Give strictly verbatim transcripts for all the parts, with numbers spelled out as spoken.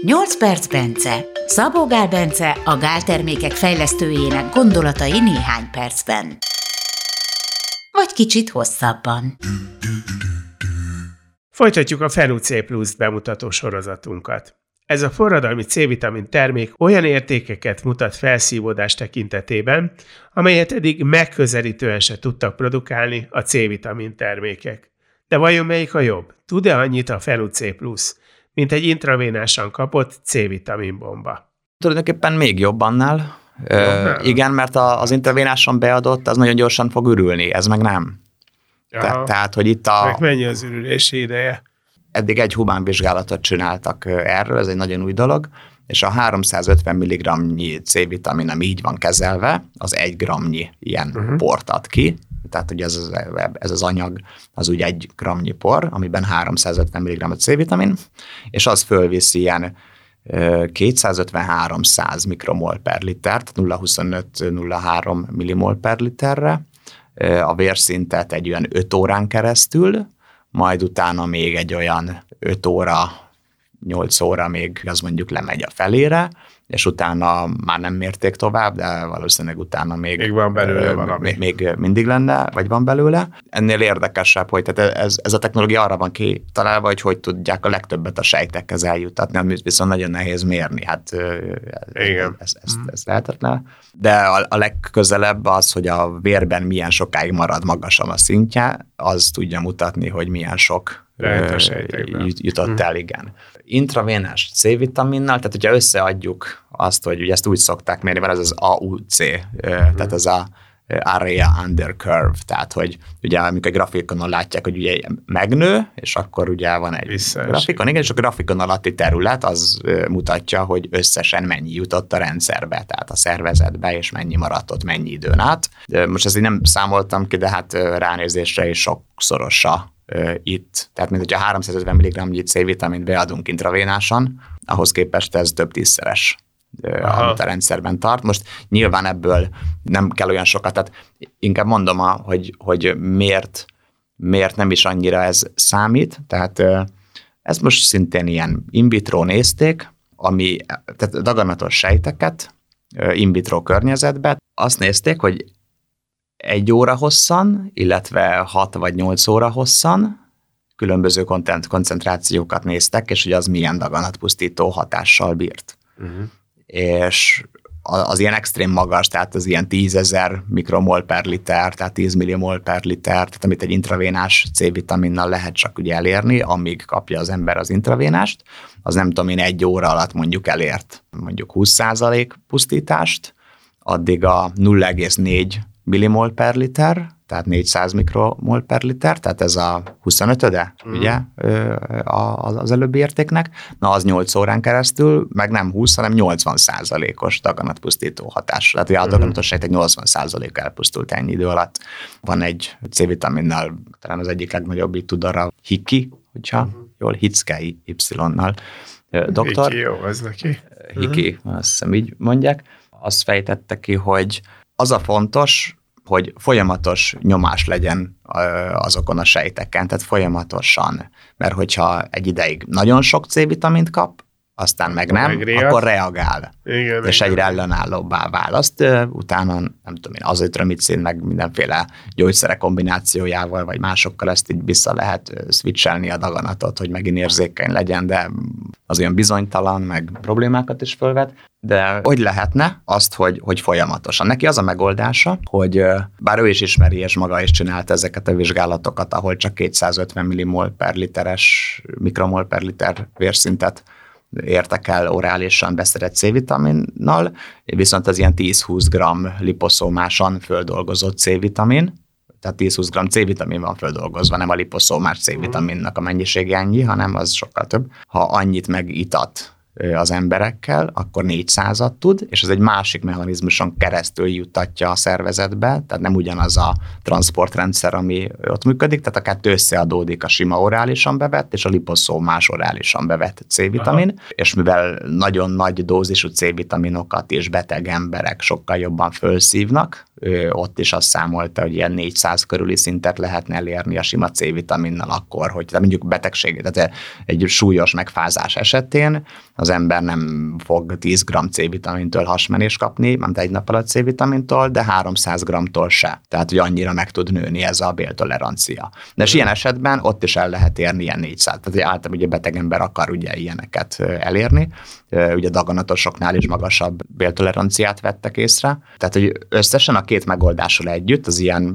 nyolc perc Bence. Szabó Gál Bence, a gáltermékek fejlesztőjének gondolatai néhány percben. Vagy kicsit hosszabban. Folytatjuk a Fenu-C Plus bemutató sorozatunkat. Ez a forradalmi C-vitamin termék olyan értékeket mutat felszívódás tekintetében, amelyet eddig megközelítően se tudtak produkálni a C-vitamin termékek. De vajon melyik a jobb? Tud-e annyit a Fenu-C Plus, mint egy intravénásan kapott C-vitamin bomba? Tulajdonképpen még jobb annál. Ö, igen, mert a, az intravénásan beadott, az nagyon gyorsan fog ürülni, ez meg nem. Te, tehát, hogy itt a... Meg mennyi az ürülési ideje? Eddig egy humán vizsgálatot csináltak erről, ez egy nagyon új dolog, és a háromszázötven milligramnyi C-vitamin, ami így van kezelve, az egy gramnyi ilyen uh-huh. port ad ki, tehát ugye ez az, ez az anyag, az ugye egy gramnyi por, amiben háromszázötven milligramm C-vitamin, és az fölviszi ilyen kétszázötven-háromszáz mikromol per liter, tehát nulla egész huszonöt nulla egész három millimol per literre, a vérszintet egy olyan öt órán keresztül, majd utána még egy olyan öt óra, nyolc óra még az mondjuk lemegy a felére, és utána már nem mérték tovább, de valószínűleg utána még, még van belőle valami. Még, még mindig lenne, vagy van belőle. Ennél érdekesebb, hogy tehát ez, ez a technológia arra van kitalálva, hogy hogy tudják a legtöbbet a sejtekhez eljutatni, amit viszont nagyon nehéz mérni. Hát igen. ez, ez, ez, ez lehetetlen. De a, a legközelebb az, hogy a vérben milyen sokáig marad magasan a szintje, az tudja mutatni, hogy milyen sok jutott hmm. el, igen. Intravénás C-vitaminnal, tehát hogyha összeadjuk azt, hogy ugye ezt úgy szokták mérni, mert ez az á u cé, hmm. tehát ez a Area Under Curve, tehát hogy ugye amikor a grafikonon látják, hogy ugye megnő, és akkor ugye van egy Visszaesik. grafikon, igen, és a grafikon alatti terület az mutatja, hogy összesen mennyi jutott a rendszerbe, tehát a szervezetbe, és mennyi maradt ott mennyi időn át. Most ezt így nem számoltam ki, de hát ránézésre is sokszorosa itt. Tehát, mint hogyha háromszázötven milligramnyi C-vitamint beadunk intravénásan, ahhoz képest ez több tízszeres, Aha. amit a rendszerben tart. Most nyilván ebből nem kell olyan sokat, tehát inkább mondom, hogy, hogy miért, miért nem is annyira ez számít. Tehát ezt most szintén ilyen in vitro nézték, ami, tehát daganatos sejteket in vitro környezetben, azt nézték, hogy egy óra hosszan, illetve hat vagy nyolc óra hosszan különböző koncentrációkat néztek, és hogy az milyen daganatpusztító hatással bírt. Uh-huh. És az ilyen extrém magas, tehát az ilyen tízezer mikromol per liter, tehát tíz millimol per liter, tehát amit egy intravénás C-vitaminnal lehet csak ugye elérni, amíg kapja az ember az intravénást, az nem tudom én egy óra alatt mondjuk elért mondjuk húsz százalék pusztítást, addig a nulla egész négy millimol per liter, tehát négyszáz mikromol per liter, tehát ez a huszonötöde, mm. ugye, az előbbi értéknek. Na, az nyolc órán keresztül, meg nem húsz, hanem nyolcvan százalékos daganatpusztító hatás. Tehát ugye a daganatos sejtek nyolcvan százalék elpusztult ennyi idő alatt. Van egy C-vitaminnal, talán az egyik legnagyobb, itt tud arra Hiki, hogyha mm. jól Hicke Y-nal. Doktor. Hiki, jó, ez neki. Hiki, mm. azt hiszem így mondják. Azt fejtette ki, hogy az a fontos, hogy folyamatos nyomás legyen azokon a sejteken, tehát folyamatosan, mert hogyha egy ideig nagyon sok C-vitamint kap, aztán meg nem, Megriad. akkor reagál, igen, és igen. egyre ellenállóbbá választ. Utána, nem tudom én, azitromicin, meg mindenféle gyógyszerek kombinációjával, vagy másokkal ezt így vissza lehet switchelni a daganatot, hogy megint érzékeny legyen, de az olyan bizonytalan, meg problémákat is fölvet. De hogy lehetne azt, hogy, hogy folyamatosan? Neki az a megoldása, hogy bár ő is ismeri, és maga is csinálta ezeket a vizsgálatokat, ahol csak kétszázötven millimol per literes, mikromol per liter vérszintet értek el orálisan beszedett C-vitaminnal, viszont az ilyen tíz-húsz gramm liposzómásan földolgozott C-vitamin, tehát tíz-húsz gramm C-vitamin van földolgozva, nem a liposzómás C-vitaminnak a mennyisége ennyi, hanem az sokkal több. Ha annyit megitat az emberekkel, akkor négyszázat tud, és ez egy másik mechanizmuson keresztül juttatja a szervezetbe, tehát nem ugyanaz a transportrendszer, ami ott működik, tehát a kettő összeadódik, a sima orálisan bevett, és a liposzómás orálisan bevett C-vitamin, Aha. és mivel nagyon nagy dózisú C-vitaminokat is beteg emberek sokkal jobban fölszívnak, ő ott is azt számolta, hogy ilyen négyszáz körüli szintet lehetne elérni a sima C-vitaminnal akkor, hogy mondjuk betegség, tehát egy súlyos megfázás esetén az az ember nem fog tíz gramm C-vitamintől hasmenést kapni, nem egy nap alatt C-vitamintól, de háromszáz grammtól se. Tehát, hogy annyira meg tud nőni ez a béltolerancia. De és ilyen esetben ott is el lehet érni ilyen négyszáz. Tehát általában ugye beteg ember akar ugye ilyeneket elérni. Ugye daganatosoknál is magasabb béltoleranciát vettek észre. Tehát, hogy összesen a két megoldással együtt az ilyen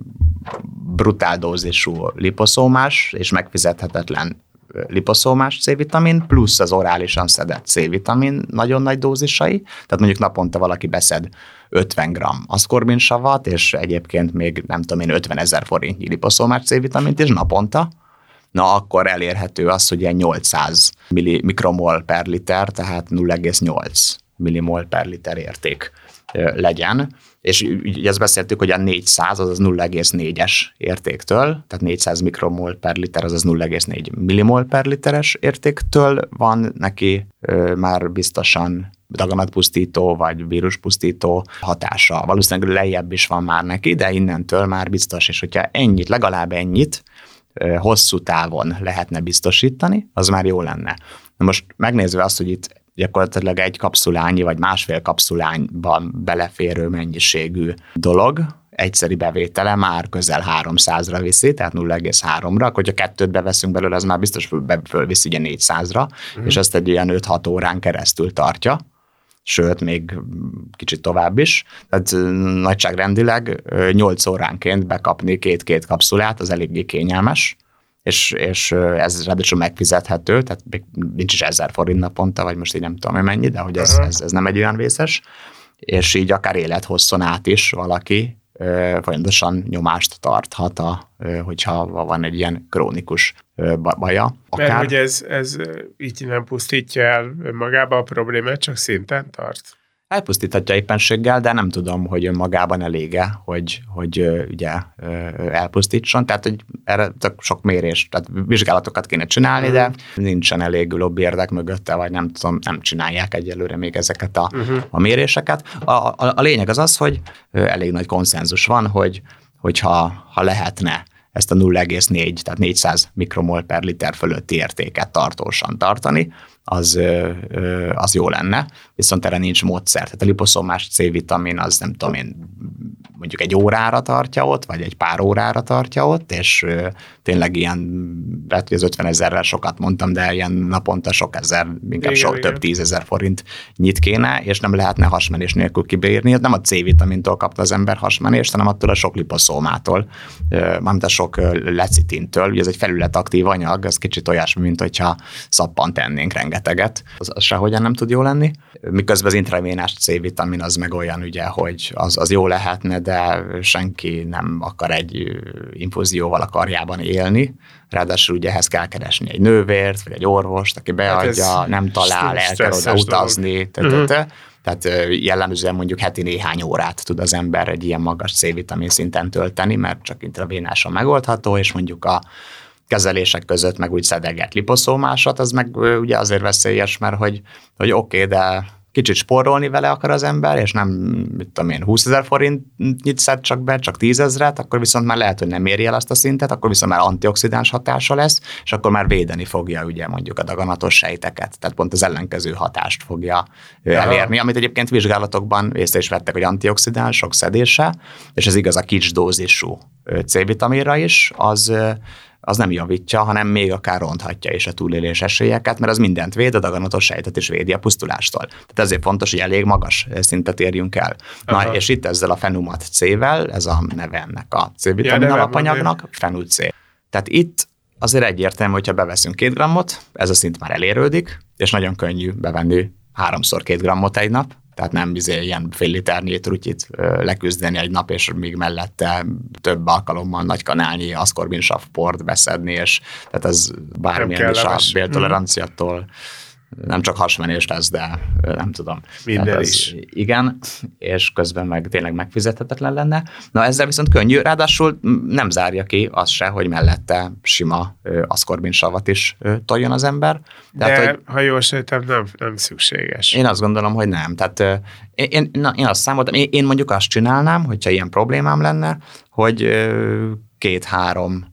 brutál dózisú liposzómás és megfizethetetlen liposzómás C-vitamin, plusz az orálisan szedett C-vitamin nagyon nagy dózisai, tehát mondjuk naponta valaki beszed ötven gramm aszkorbinsavat, és egyébként még nem tudom én ötvenezer forintnyi liposzómás C-vitamint is naponta, na akkor elérhető az, hogy ilyen nyolcszáz mikromol per liter, tehát nulla egész nyolc millimol per liter érték legyen, és ugye ezt beszéltük, hogy a négyszáz az az nulla egész négyes értéktől, tehát négyszáz mikromol per liter az az nulla egész négy millimol per literes értéktől van neki ö, már biztosan daganatpusztító vagy víruspusztító hatása. Valószínűleg lejjebb is van már neki, de innentől már biztos, és hogyha ennyit, legalább ennyit ö, hosszú távon lehetne biztosítani, az már jó lenne. Na most megnézve azt, hogy itt gyakorlatilag egy kapszulányi vagy másfél kapszulányban beleférő mennyiségű dolog, egyszeri bevétele már közel háromszázra viszi, tehát nulla egész háromra, akkor hogyha kettőt beveszünk belőle, az már biztos fölviszi ugye négyszázra, mm. és ezt egy ilyen öt-hat órán keresztül tartja, sőt, még kicsit tovább is. Tehát nagyságrendileg nyolc óránként bekapni két-két kapszulát, az eléggé kényelmes, és, és ez ráadásul megfizethető, tehát nincs is ezer forint naponta, vagy most így nem tudom, hogy mennyi, de hogy ez, ez, ez nem egy olyan vészes, és így akár élethosszon át is valaki ö, folyamatosan nyomást tarthat, a, ö, hogyha van egy ilyen krónikus ö, baja. Akár. Mert hogy ez, ez így nem pusztítja el magába a problémát, csak szinten tart? Elpusztíthatja éppenséggel, de nem tudom, hogy önmagában elége, hogy, hogy ugye elpusztítson. Tehát, hogy erre sok mérés, tehát vizsgálatokat kéne csinálni, uh-huh. de nincsen elég lobby érdek mögötte, vagy nem tudom, nem csinálják egyelőre még ezeket a, uh-huh. a méréseket. A, a, a lényeg az az, hogy elég nagy konszenzus van, hogy hogyha ha lehetne ezt a nulla egész négy, tehát négyszáz mikromol per liter fölötti értéket tartósan tartani, az, az jó lenne, viszont erre nincs módszer. Tehát a liposzómás C-vitamin az nem tudom én, mondjuk egy órára tartja ott, vagy egy pár órára tartja ott, és tényleg ilyen, lehet, hogy az ötvenezerrel sokat mondtam, de ilyen naponta sok ezer, inkább sok, több tízezer forint nyit kéne, és nem lehetne hasmenés nélkül kibírni. Nem a C-vitamintól kapta az ember hasmenést, hanem attól a sok liposzómától, mármint a sok lecitintől. Ugye ez egy felületaktív anyag, ez kicsit olyasmi, mint hogyha szappan tennénk rengeteget. Az, az sehogyan nem tud jó lenni. Miközben az intravénás C-vitamin az meg olyan, ugye, hogy az, az jó lehetne, de senki nem akar egy infúzióval a karjában élni. Ráadásul ugye ehhez kell keresni egy nővért, vagy egy orvost, aki beadja, hát nem talál, el kell oda utazni. Tehát jellemzően mondjuk heti néhány órát tud az ember egy ilyen magas C-vitamin szinten tölteni, mert csak intravénásan megoldható, és mondjuk a kezelések között meg úgy szedeget liposzómásat, az meg ugye azért veszélyes, mert hogy, hogy oké, okay, de kicsit spórolni vele akar az ember, és nem, mit tudom én, húszezer forintnyit szed csak be, csak tízezret, akkor viszont már lehet, hogy nem éri el azt a szintet, akkor viszont már antioxidáns hatása lesz, és akkor már védeni fogja ugye mondjuk a daganatos sejteket, tehát pont az ellenkező hatást fogja ja. elérni, amit egyébként vizsgálatokban észre is vettek, hogy antioxidánsok szedése, és ez igaz a kis dózisú C-vitaminra is, az az nem javítja, hanem még akár ronthatja is a túlélés esélyeket, mert az mindent véd, a daganatos sejtet is védi a pusztulástól. Tehát ezért fontos, hogy elég magas szintet érjünk el. Aha. Na, és itt ezzel a Fenumat C-vel, ez a neve ennek a C-vitamin ja, alapanyagnak, Fenut C. Tehát itt azért egyértelmű, hogyha beveszünk két grammot, ez a szint már elérődik, és nagyon könnyű bevenni háromszor két grammot egy nap, tehát nem bizony ilyen fél liternyi trutyit leküzdeni egy nap, és még mellette több alkalommal nagy kanálnyi aszkorbinsav port beszedni, és tehát ez bármilyen is a béltoleranciától nem csak hasmenés lesz, de nem tudom. Minden is. Igen, és közben meg tényleg megfizethetetlen lenne. Na ezzel viszont könnyű, ráadásul nem zárja ki azt se, hogy mellette sima aszkorbinsavat is toljon az ember. Tehát, de hogy, ha jól sejtem, nem, nem szükséges. Én azt gondolom, hogy nem. Tehát én, én, na, én azt számoltam, én, én mondjuk azt csinálnám, hogyha ilyen problémám lenne, hogy két-három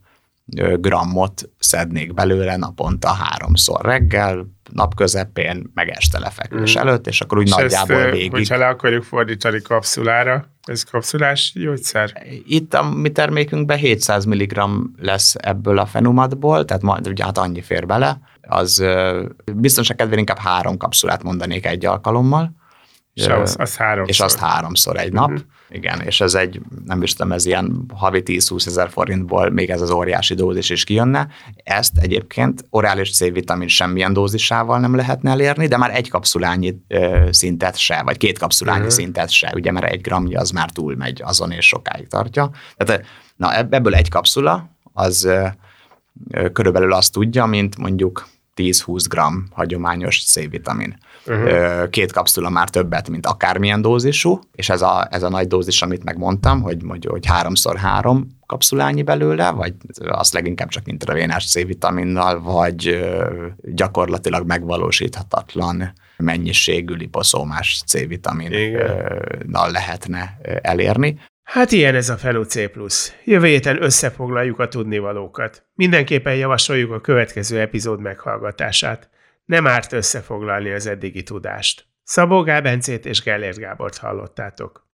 grammot szednék belőle naponta háromszor reggel, napközepén, meg este lefekvés mm. előtt, és akkor úgy és nagyjából ezt, végig. Hogyha le akarjuk fordítani kapszulára, ez kapszulás gyógyszer? Itt a mi termékünkben hétszáz milligramm lesz ebből a fenumatból, tehát majd ugye hát annyi fér bele, az biztonság kedvéért inkább három kapszulát mondanék egy alkalommal. És az, az háromszor. És azt háromszor egy nap. Uh-huh. Igen, és ez egy, nem is tudom, ez ilyen havi tíz-húsz ezer forintból még ez az óriási dózis is kijönne. Ezt egyébként orális C-vitamin semmilyen dózisával nem lehetne elérni, de már egy kapszulányi ö, szintet se, vagy két kapszulányi uh-huh. szintet se, ugye, mert egy grammja az már túl megy azon, és sokáig tartja. Tehát na, ebből egy kapszula, az ö, ö, körülbelül azt tudja, mint mondjuk tíz-húsz gramm hagyományos C-vitamin. Uh-huh. Két kapszula már többet, mint akármilyen dózisú, és ez a, ez a nagy dózis, amit megmondtam, hogy, hogy, hogy háromszor három kapszulányi belőle, vagy azt leginkább csak intravénás C-vitaminnal, vagy gyakorlatilag megvalósíthatatlan mennyiségű liposzómás C-vitaminnal lehetne elérni. Hát ilyen ez a Fenu C plusz. Jövő héten összefoglaljuk a tudnivalókat. Mindenképpen javasoljuk a következő epizód meghallgatását. Nem árt összefoglalni az eddigi tudást. Szabó Gál Bencét és Gellért Gábort hallottátok.